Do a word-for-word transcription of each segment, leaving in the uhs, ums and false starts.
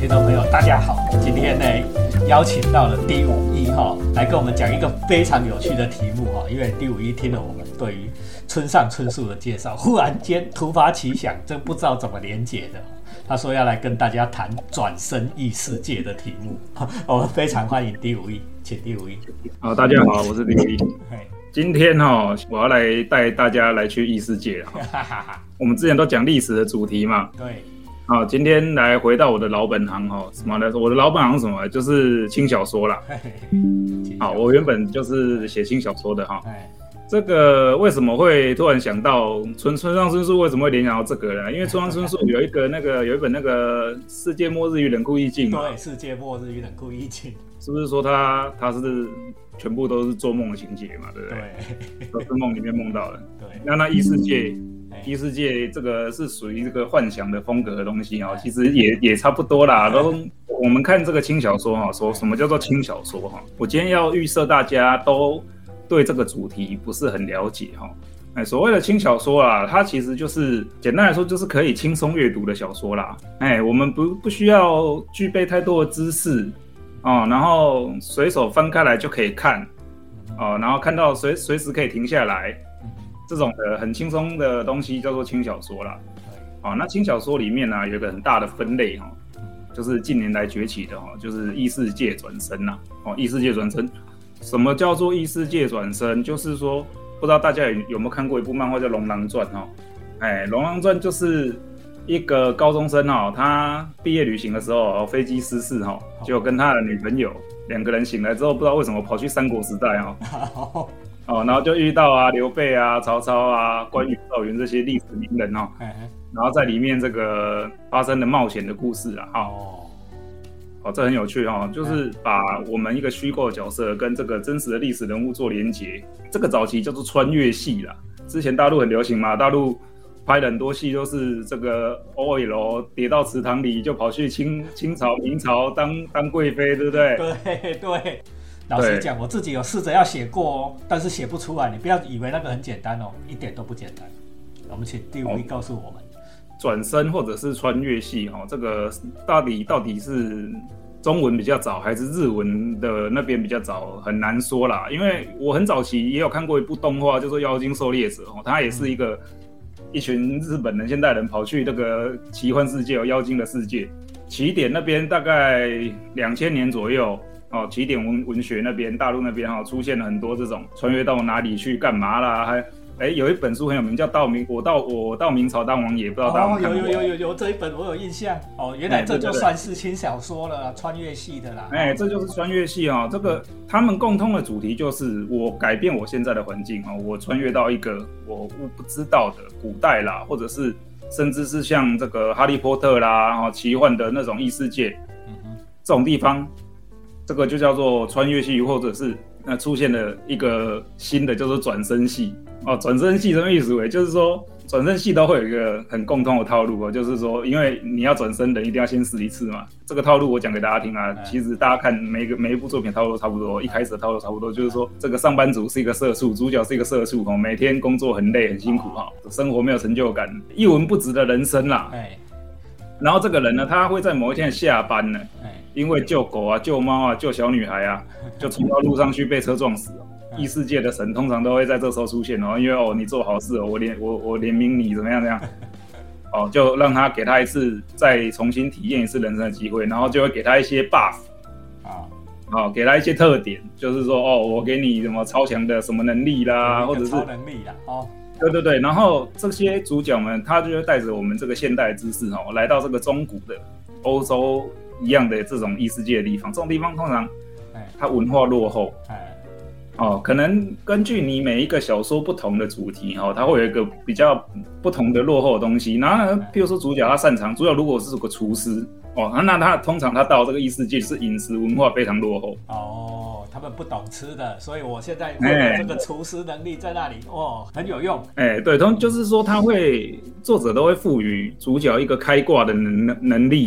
听众朋友，大家好！今天呢，邀请到了D五一哈，来跟我们讲一个非常有趣的题目哈。因为D五一听了我们对于村上春树的介绍，忽然间突发奇想，这不知道怎么连结的。他说要来跟大家谈转生异世界的题目，我们非常欢迎D五一，请D五一。 好，大家好，我是D五一。今天哈，我要来带大家来去异世界了。我们之前都讲历史的主题嘛， 对。 好，今天来回到我的老本行哈，什么呢？我的老本行是什么？就是轻小说啦。好，我原本就是写轻小说的哈。这个为什么会突然想到村村上春树为什么会联想到这个呢？因为村上春树有一个那个有一本那个《世界末日与冷酷意境》嘛。 对，《世界末日与冷酷意境》 是不是说他他是全部都是做梦的情节嘛？对不对？对，都是梦里面梦到的。对，那那异世界。异世界这个是属于这个幻想的风格的东西哦，其实也也差不多啦。都我们看这个轻小说哈，说什么叫做轻小说哈？我今天要预设大家都对这个主题不是很了解哈。哎，所谓的轻小说啦，它其实就是简单来说就是可以轻松阅读的小说啦。哎，我们不不需要具备太多的知识哦，然后随手翻开来就可以看哦，然后看到随随时可以停下来。这种的很轻松的东西叫做轻小说啦。哦，那轻小说里面呢、啊、有一个很大的分类哈、哦，就是近年来崛起的哈、哦，就是异世界转生啦。哦，异世界转生，什么叫做异世界转生？就是说，不知道大家有有没有看过一部漫画叫《龙狼传》哦？哎，《龙狼传》就是一个高中生哦，他毕业旅行的时候、哦、飞机失事哈、哦，就跟他的女朋友两个人醒来之后，不知道为什么跑去三国时代哦。哦，然后就遇到啊刘备啊、曹操啊、关羽、赵云这些历史名人哦，然后在里面这个发生的冒险的故事啊，哦，哦，这很有趣哦，就是把我们一个虚构的角色跟这个真实的历史人物做连结，这个早期叫做穿越戏啦。之前大陆很流行嘛，大陆拍了很多戏都是这个 O L 跌到池塘里就跑去清清朝、明朝当当贵妃，对不对？ 对对。老实讲，我自己有试着要写过哦，但是写不出来。你不要以为那个很简单哦，一点都不简单。我们请D五一告诉我们， 转生或者是穿越戏哦，这个到底到底是中文比较早，还是日文的那边比较早，很难说啦。因为我很早期也有看过一部动画，叫做《妖精狩猎者》哦，它也是一个一群日本人、现代人跑去那个奇幻世界哦，妖精的世界。起点那边大概两千年左右。哦，起点文文学那边，大陆那边哈、哦、出现了很多这种穿越到哪里去干嘛啦，还哎有一本书很有名，叫《到明我到我到明朝当王爷》，不知道大家有没有看过？ 哦，有有有有有这一本我有印象哦，原来这就算是轻小说了啦，穿越系的啦。 哎，这就是穿越系哦，这个他们共通的主题就是我改变我现在的环境哦，我穿越到一个我不知道的古代啦，或者是甚至是像这个哈利波特啦，哦奇幻的那种异世界，嗯哼，这种地方。这个就叫做穿越系，或者是呃出现了一个新的，叫做转生系哦。转生系什么意思？为就是说转生系都会有一个很共通的套路哦，就是说因为你要转生的，一定要先死一次嘛。这个套路我讲给大家听啊。其实大家看每个每一部作品套路都差不多，一开始的套路差不多，就是说这个上班族是一个社畜，主角是一个社畜哦，每天工作很累很辛苦哈、哦，生活没有成就感，一文不值的人生啦。然后这个人呢，他会在某一天下班呢。因为救狗啊、救猫啊、救小女孩啊，就冲到路上去被车撞死了。异世界的神通常都会在这时候出现哦，因为哦你做好事哦，我怜我我怜悯你怎么样怎么样，哦就让他给他一次再重新体验一次人生的机会，然后就会给他一些 buff 啊，哦给他一些特点，就是说哦我给你什么超强的什么能力啦，或者是超能力啦，哦。 对对对，然后这些主角们他就会带着我们这个现代的知识哦，来到这个中古的欧洲。一样的这种异世界的地方，这种地方通常它文化落后，哦，可能根据你每一个小说不同的主题哦，它会有一个比较不同的落后的东西。然后，譬如说主角他擅长，主角如果是个厨师哦，那他通常他到这个异世界是饮食文化非常落后哦，他们不懂吃的，所以我现在会有这个厨师能力在那里哦，很有用。 哎，对，通就是说他会作者都会赋予主角一个开挂的能能力啦。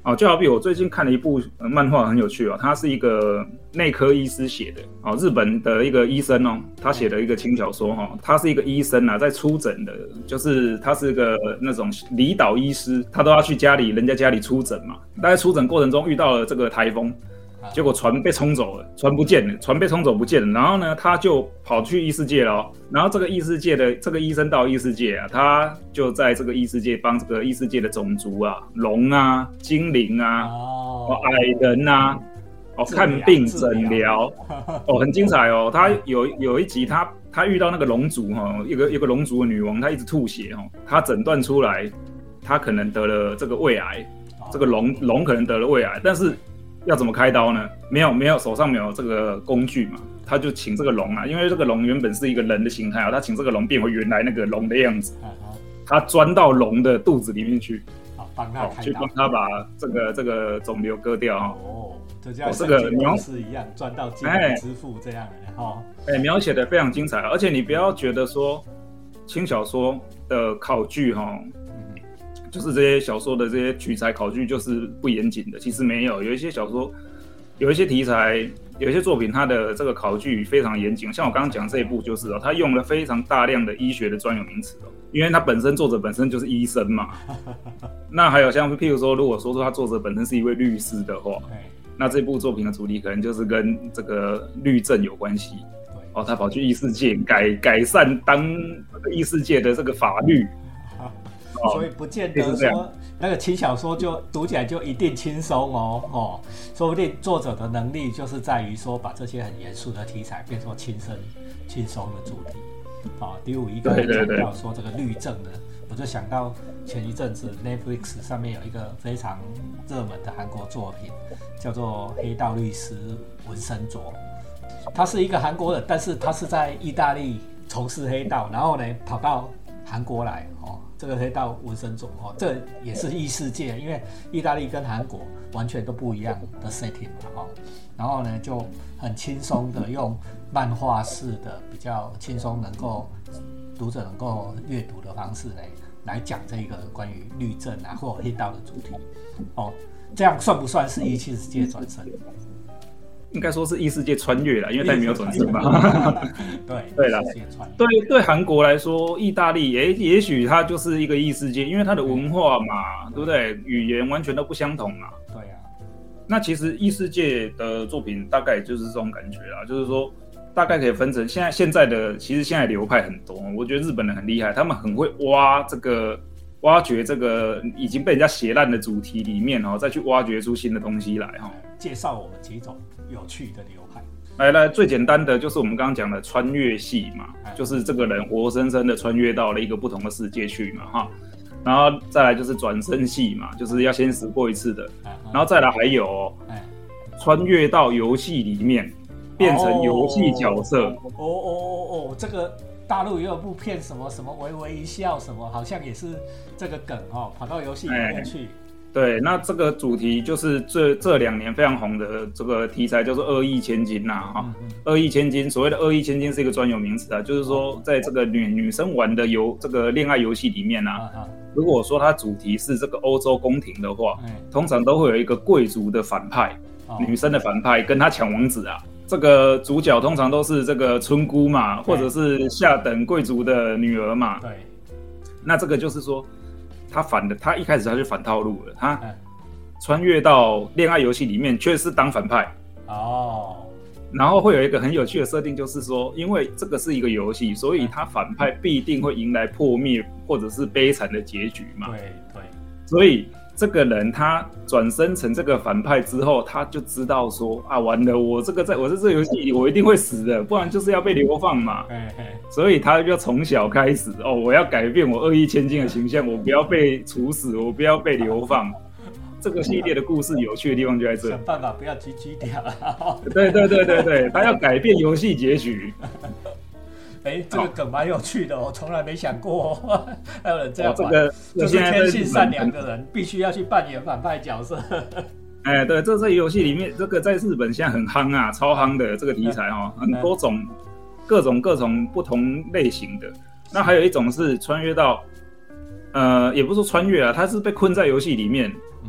哦，就好比我最近看了一部漫画，很有趣哦，它是一个内科医师写的哦，日本的一个医生哦，他写的一个轻小说哈、哦，他是一个医生啊，在出诊的，就是他是个那种离岛医师，他都要去家里人家家里出诊嘛，大概出诊过程中遇到了这个台风。结果船被冲走了，船不见了，船被冲走不见了。然后呢，他就跑去异世界了、哦。然后这个异世界的这个医生到异世界啊，他就在这个异世界帮这个异世界的种族啊，龙啊、精灵啊、哦、矮人啊，哦看病诊疗，哦很精彩哦。他有有一集他他遇到那个龙族哈、哦，一个一个龙族的女王，她一直吐血哦，他诊断出来，他可能得了这个胃癌，这个龙龙可能得了胃癌，但是。要怎么开刀呢？没有，没有，手上没有这个工具嘛，他就请这个龙啊，因为这个龙原本是一个人的形态啊，他请这个龙变回原来那个龙的样子，他钻到龙的肚子里面去，好，帮他开刀，去帮他把这个这个肿瘤割掉哈。哦， 就像这个描是一样，钻到肌肉之父这样的哈。 哎，描写的非常精彩，而且你不要觉得说轻小说的考据哈。就是这些小说的这些取材考据就是不严谨的，其实没有，有一些小说，有一些题材，有一些作品，它的这个考据非常严谨。像我刚刚讲这一部就是哦，它用了非常大量的医学的专有名词哦，因为它本身作者本身就是医生嘛。那还有像譬如说，如果说说他作者本身是一位律师的话，那这部作品的主题可能就是跟这个律政有关系。哦，他跑去异世界改改善当异世界的这个法律。 所以不见得说那个轻小说就读起来就一定轻松哦，哦，说不定作者的能力就是在于说把这些很严肃的题材变成轻松轻松的主题。哦，第五一个讲到说这个律政呢，我就想到前一阵子 Netflix 上面有一个非常热门的韩国作品，叫做《黑道律师文森佐》。他是一个韩国人，但是他是在意大利从事黑道，然后呢跑到韩国来哦。这个黑道文森佐哦，这也是异世界，因为意大利跟韩国完全都不一样的 setting 嘛哈。然后呢，就很轻松的用漫画式的、比较轻松能够读者能够阅读的方式来来讲这个关于律政啊或黑道的主题哦。这样算不算是异世界转身？ 应该说是异世界穿越啦，因为它也没有转身嘛。 对对啦，对对，韩国来说，意大利也也许它就是一个异世界，因为它的文化嘛，对不对？语言完全都不相同嘛。 对啊。 那其实异世界的作品大概就是这种感觉啦，就是说大概可以分成现在现在的，其实现在流派很多，我觉得日本人很厉害，他们很会挖这个。挖掘这个已经被人家写烂的主题里面哦，再去挖掘出新的东西来哈。 介绍我们几种有趣的流派。 来来，最简单的就是我们刚刚讲的穿越系嘛，就是这个人活生生的穿越到了一个不同的世界去嘛哈。然后再来就是转生系嘛，就是要先死过一次的。然后再来还有、哦、穿越到游戏里面，变成游戏角色。 哦哦哦哦，这个。大陆也有部片，什么什么微微一笑，什么好像也是这个梗哦，跑到游戏里面去、欸。 对，那这个主题就是这这两年非常红的这个题材，叫做恶意千金呐、啊、哈。嗯嗯恶意千金，所谓的恶意千金是一个专有名词啊，就是说在这个女女生玩的游这个恋爱游戏里面啊，啊啊如果说它主题是这个欧洲宫廷的话，嗯、通常都会有一个贵族的反派，哦、女生的反派跟他抢王子啊。这个主角通常都是这个村姑嘛，或者是下等贵族的女儿嘛。对，那这个就是说，他反的，他一开始他就反套路了，他穿越到恋爱游戏里面，却是当反派。哦。然后会有一个很有趣的设定，就是说，因为这个是一个游戏，所以他反派必定会迎来破灭或者是悲惨的结局嘛。对对。所以。这个人他转生成这个反派之后，他就知道说啊，完了，我这个在我在这个游戏里，我一定会死的，不然就是要被流放嘛。嘿嘿所以他就从小开始哦，我要改变我恶意千金的形象，我不要被处死，我不要被流放。这个系列的故事有趣的地方就在这， 想办法不要 G G 掉。 对对对对对，他要改变游戏结局。 哎，这个梗蛮有趣的，我从来没想过、哦、还有人这样玩、哦这个、就是天性善良的人必须要去扮演反派角色。 哎，对，这在游戏里面，这个在日本现在很夯啊，超夯的这个题材哦，很多种、各种各种不同类型的。那还有一种是穿越到，呃，也不是说穿越啊，他是被困在游戏里面。嗯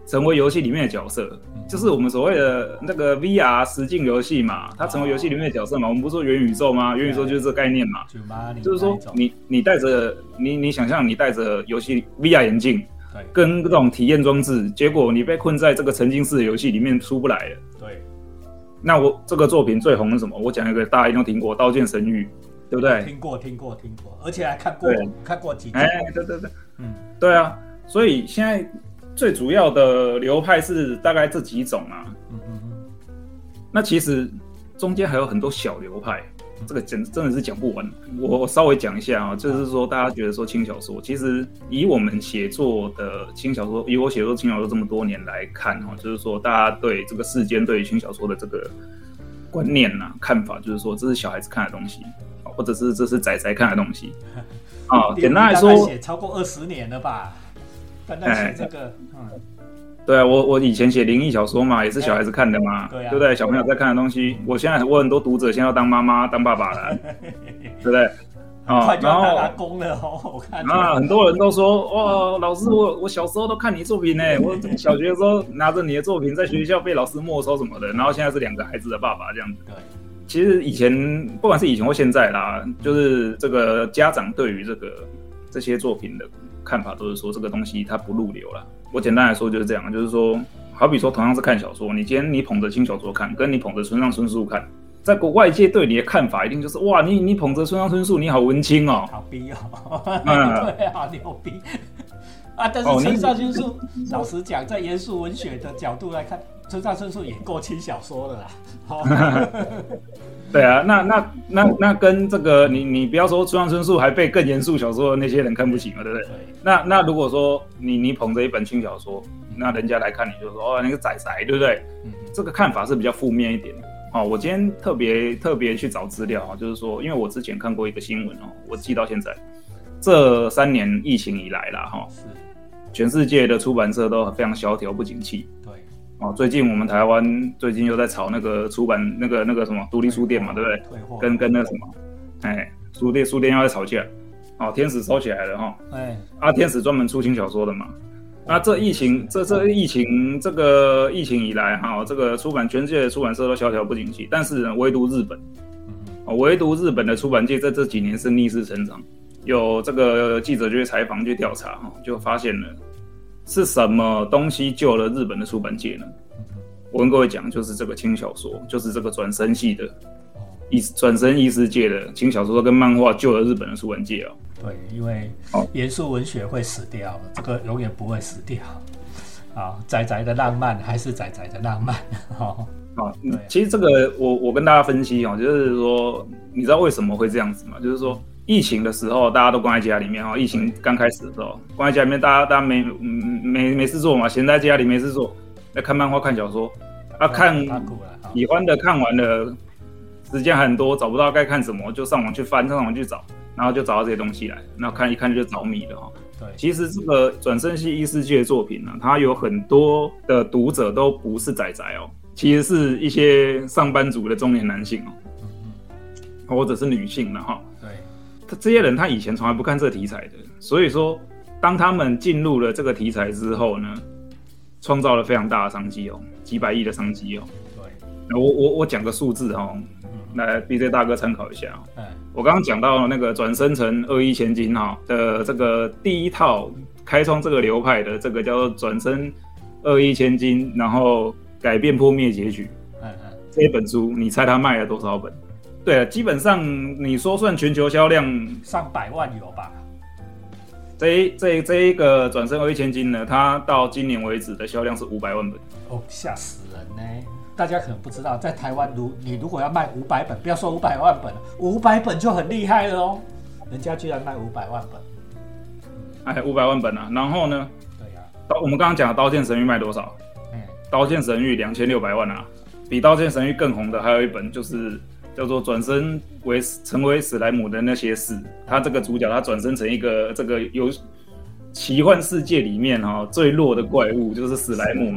成为游戏里面的角色，就是我们所谓的那个 V R 实境游戏嘛，它成为游戏里面的角色嘛。我们不是说元宇宙吗？元宇宙就是这个概念嘛，就是说你你带着你你想象你带着游戏 V R 眼镜，跟这种体验装置，结果你被困在这个沉浸式的游戏里面出不来了。 对。 那我这个作品最红是什么？我讲一个大家一定听过，《刀剑神域》，对不对？ 听过，听过，听过，而且还看过，看过几集。 哎，对对对，嗯，对啊。所以现在最主要的流派是大概这几种啊。嗯嗯嗯。那其实中间还有很多小流派，这个真真的是讲不完。我稍微讲一下啊，就是说大家觉得说轻小说，其实以我们写作的轻小说，以我写作轻小说这么多年来看哈，就是说大家对这个世间对于轻小说的这个观念啊、看法，就是说这是小孩子看的东西，或者是这是宅宅看的东西啊。简单来说， 写超过二十年了吧？单单写这个，嗯。 对啊，我我以前写灵异小说嘛，也是小孩子看的嘛，对, 啊、对不对？小朋友在看的东西，我现在我很多读者现在要当妈妈、当爸爸了，对不对？ 啊，然后阿公了哦，我看啊，很多人都说哇，老师我我小时候都看你作品呢，我小学的时候拿着你的作品在学校被老师没收什么的，然后现在是两个孩子的爸爸这样子。对，其实以前不管是以前或现在啦，就是这个家长对于这个这些作品的看法都是说这个东西它不入流了。我简单来说就是这样，就是说，好比说同样是看小说，你今天你捧着轻小说看，跟你捧着村上春树看，在国外界对你的看法一定就是哇，你你捧着村上春树，你好文青哦， 好逼哦，嗯，对，好牛逼啊！但是村上春树，哦、老实讲，在严肃文学的角度来看，村上春树也够轻小说的啦。 对啊，那那那那跟这个你你不要说村上春树还被更严肃小说的那些人看不起嘛，对不对？对。那那如果说你你捧着一本轻小说，那人家来看你就说哦那个宅宅，对不对？嗯。这个看法是比较负面一点的。哦，我今天特别特别去找资料啊，就是说，因为我之前看过一个新闻哦，我记到现在，这三年疫情以来啦，哈，是，全世界的出版社都非常萧条不景气。对。哦，最近我们台湾最近又在炒那个出版那个那个什么独立书店嘛，对不对？跟跟那个什么，哎，书店书店要在吵架。哦，天使收起来了哈。哎。啊，天使专门出轻小说的嘛。那这疫情这这疫情这个疫情以来哈，这个出版全世界的出版社都萧条不景气，但是呢，唯独日本，哦，唯独日本的出版界在这几年是逆势成长。有这个记者就去采访去调查哈，就发现了。是什么东西救了日本的出版界呢？我跟各位讲，就是这个轻小说，就是这个转生系的异转生异世界的轻小说跟漫画救了日本的出版界哦。 对，因为严肃文学会死掉，这个永远不会死掉。啊，宅宅的浪漫还是宅宅的浪漫。哦， 啊，其实这个我我跟大家分析哦，就是说，你知道为什么会这样子吗？就是说。疫情的时候，大家都关在家里面哈。疫情刚开始的时候，关在家里面，大家大家没没没事做嘛，闲在家里没事做，在看漫画、看小说啊，看喜欢的看完了，时间很多，找不到该看什么，就上网去翻，上网去找，然后就找到这些东西来，然后看一看就着迷了哈。对，其实这个转生系异世界的作品呢，它有很多的读者都不是宅宅哦，其实是一些上班族的中年男性哦，或者是女性了哈。这些人他以前从来不看这个题材的，所以说当他们进入了这个题材之后呢，创造了非常大的商机哦，几百亿的商机哦。对，我我我讲个数字哦，来 B J 大哥参考一下哦。我刚刚讲到那个转生成二一千金哈的这个第一套开创这个流派的这个叫做转生二一千金，然后改变破灭结局。嗯嗯，这一本书你猜他卖了多少本？对，基本上你说算全球销量上百万有吧？ 这一这一这一个转生二一千金呢，它到今年为止的销量是五百万本。 哦，吓死人呢！大家可能不知道，在台湾如你如果要卖五百本，不要说五百万本，五百本就很厉害了哦。人家居然卖五百万本，哎，五百万本啊！然后呢？对呀、啊。我们刚刚讲的《刀剑神域》卖多少？嗯，《刀剑神域》两千六百万啊！比《刀剑神域》更红的还有一本就是。叫做转生为成为史莱姆的那些事，他这个主角他转生成一个这个有奇幻世界里面哈、哦、最弱的怪物，就是史莱姆嘛。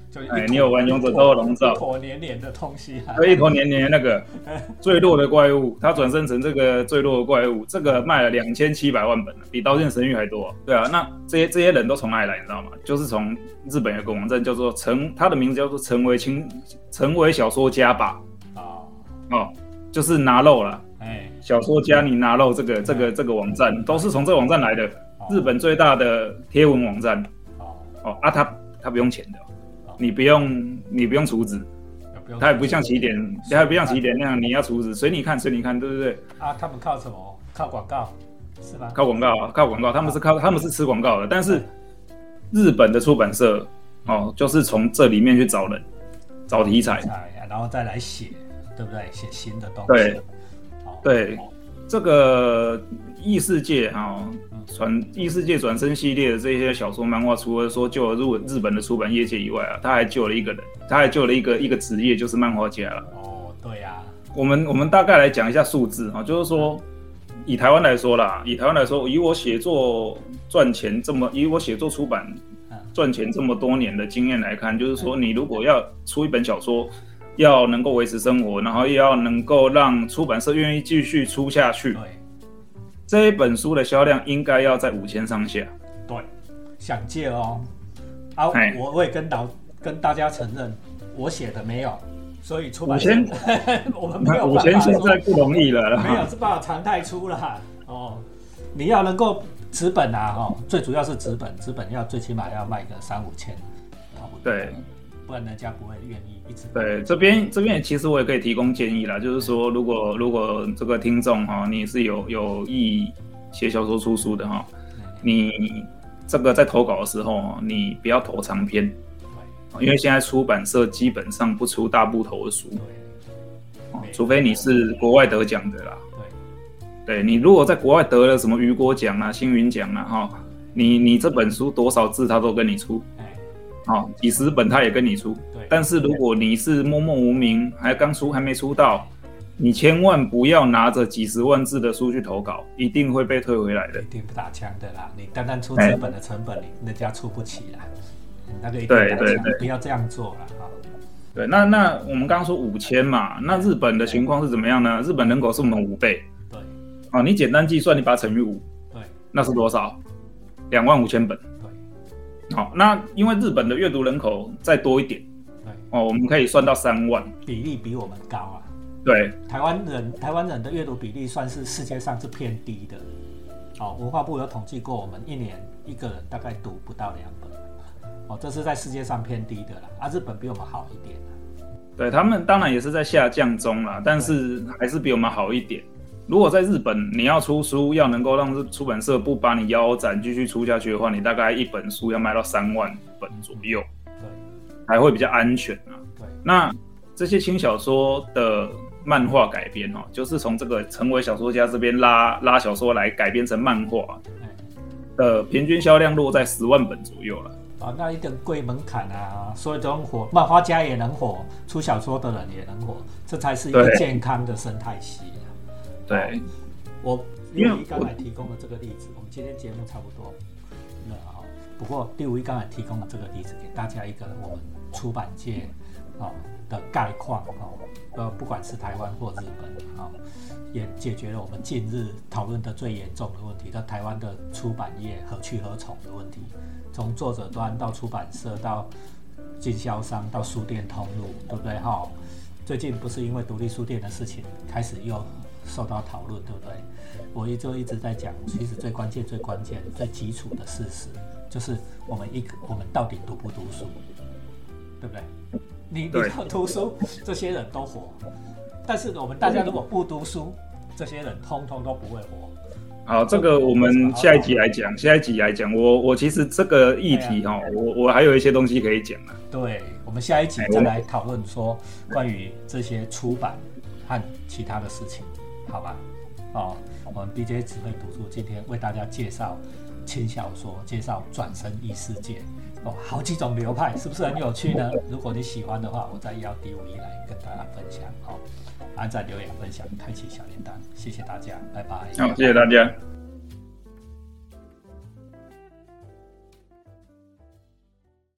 就哎，你有玩《勇者斗恶龙罩》？ 一坨黏黏的东西啊， 一坨黏黏的那个坠落的怪物，它转生成这个坠落的怪物，这个卖了两千七百万本，比《刀剑神域》还多、啊。对啊，那这些这些人都从哪里来，你知道吗？就是从日本有个网站叫做成，它的名字叫做成为轻成为小说家吧。哦哦，就是拿漏了。哎，小说家你拿漏这个这个这个网站，都是从这个网站来的，日本最大的贴文网站。哦哦啊，它它不用钱的。你不用，你不用储值，它也不像起点，它也不像起点那样，你要储值，随你看，随你看，对不对？ 啊，他们靠什么？靠广告，是吧？ 靠广告啊，靠广告，他们是靠，他们是吃广告的。但是日本的出版社哦，就是从这里面去找人，找题材， 然后再来写，对不对？写新的东西。 对，对，这个异世界啊。转异世界转生系列的这些小说漫画，除了说救了日本的出版业界以外啊，他还救了一个人，他还救了一个一个职业，就是漫画家了。 哦，对呀、啊。 我们我们大概来讲一下数字啊，就是说以台湾来说啦，以台湾来说，以我写作赚钱这么，以我写作出版赚钱这么多年的经验来看，就是说你如果要出一本小说，要能够维持生活，然后也要能够让出版社愿意继续出下去。对。这一本书的销量应该要在五千上下。 对，想借哦。啊，我我也跟导跟大家承认，我写的没有，所以出版社我们没有办法。 五千现在不容易了， 没有是办法常态出啦。哦，你要能够纸本啊，哦，最主要是纸本，纸本要最起码要卖个三五千。 对。 不然人家不会愿意一直。 对，这边这边其实我也可以提供建议啦，就是说，如果如果这个听众哈，你是有有意写小说出书的哈，你这个在投稿的时候，你不要投长篇，因为现在出版社基本上不出大部头的书，除非你是国外得奖的啦。对，对你如果在国外得了什么雨果奖啊、星云奖啊哈，你你这本书多少字他都跟你出。哦，几十本他也跟你出，但是如果你是默默无名，还刚出还没出道，你千万不要拿着几十万字的书去投稿，一定会被退回来的。 一定不打枪的啦，你单单出纸本的成本，人家出不起啦，那个一定打枪，对对对，不要这样做啦。 对，那那我们刚刚说五千嘛，那日本的情况是怎么样呢？日本人口是我们五倍，对，哦，你简单计算，你把它乘以五，对，那是多少？两万五千本。好，那因为日本的阅读人口再多一点，对哦，我们可以算到三万， 比例比我们高啊。 对， 台湾人台湾人的阅读比例算是世界上是偏低的。哦，文化部有统计过，我们一年一个人大概读不到两本，哦，这是在世界上偏低的啦。啊，日本比我们好一点啦。 对，他们当然也是在下降中啦，但是还是比我们好一点。如果在日本你要出书，要能够让出版社不把你腰斩继续出下去的话，你大概一本书要卖到三万本左右，对，还会比较安全啊。对，那这些轻小说的漫画改编哦，就是从这个成为小说家这边拉拉小说来改编成漫画的平均销量落在十万本左右了。 啊，那一点贵门槛啊，所以这种火，漫画家也能火，出小说的人也能火，这才是一个健康的生态系。 对， 我第五一刚才提供的这个例子，我们今天节目差不多那好，不过第五一刚才提供的这个例子，给大家一个我们出版界哦的概况哦，呃，不管是台湾或日本哦，也解决了我们近日讨论的最严重的问题，在台湾的出版业何去何从的问题，从作者端到出版社到经销商到书店通路，对不对哈、哦？最近不是因为独立书店的事情开始又受到讨论，对不对？我一就一直在讲，其实最关键、最关键、最基础的事实，就是我们一个我们到底读不读书，对不对？你你要读书，这些人都活；但是我们大家如果不读书，这些人通通都不会活。 好，这个我们下一集来讲，下一集来讲。我我其实这个议题哈、哦，我我还有一些东西可以讲啊。 对，我们下一集再来讨论说关于这些出版和其他的事情。好吧，哦，我们 B J 只会读书今天为大家介绍轻小说，介绍转生异世界，哦，好几种流派，是不是很有趣呢？如果你喜欢的话，我再邀第五一来跟大家分享，哦，按赞、留言、分享、开启小铃铛，谢谢大家，拜拜。 好，谢谢大家。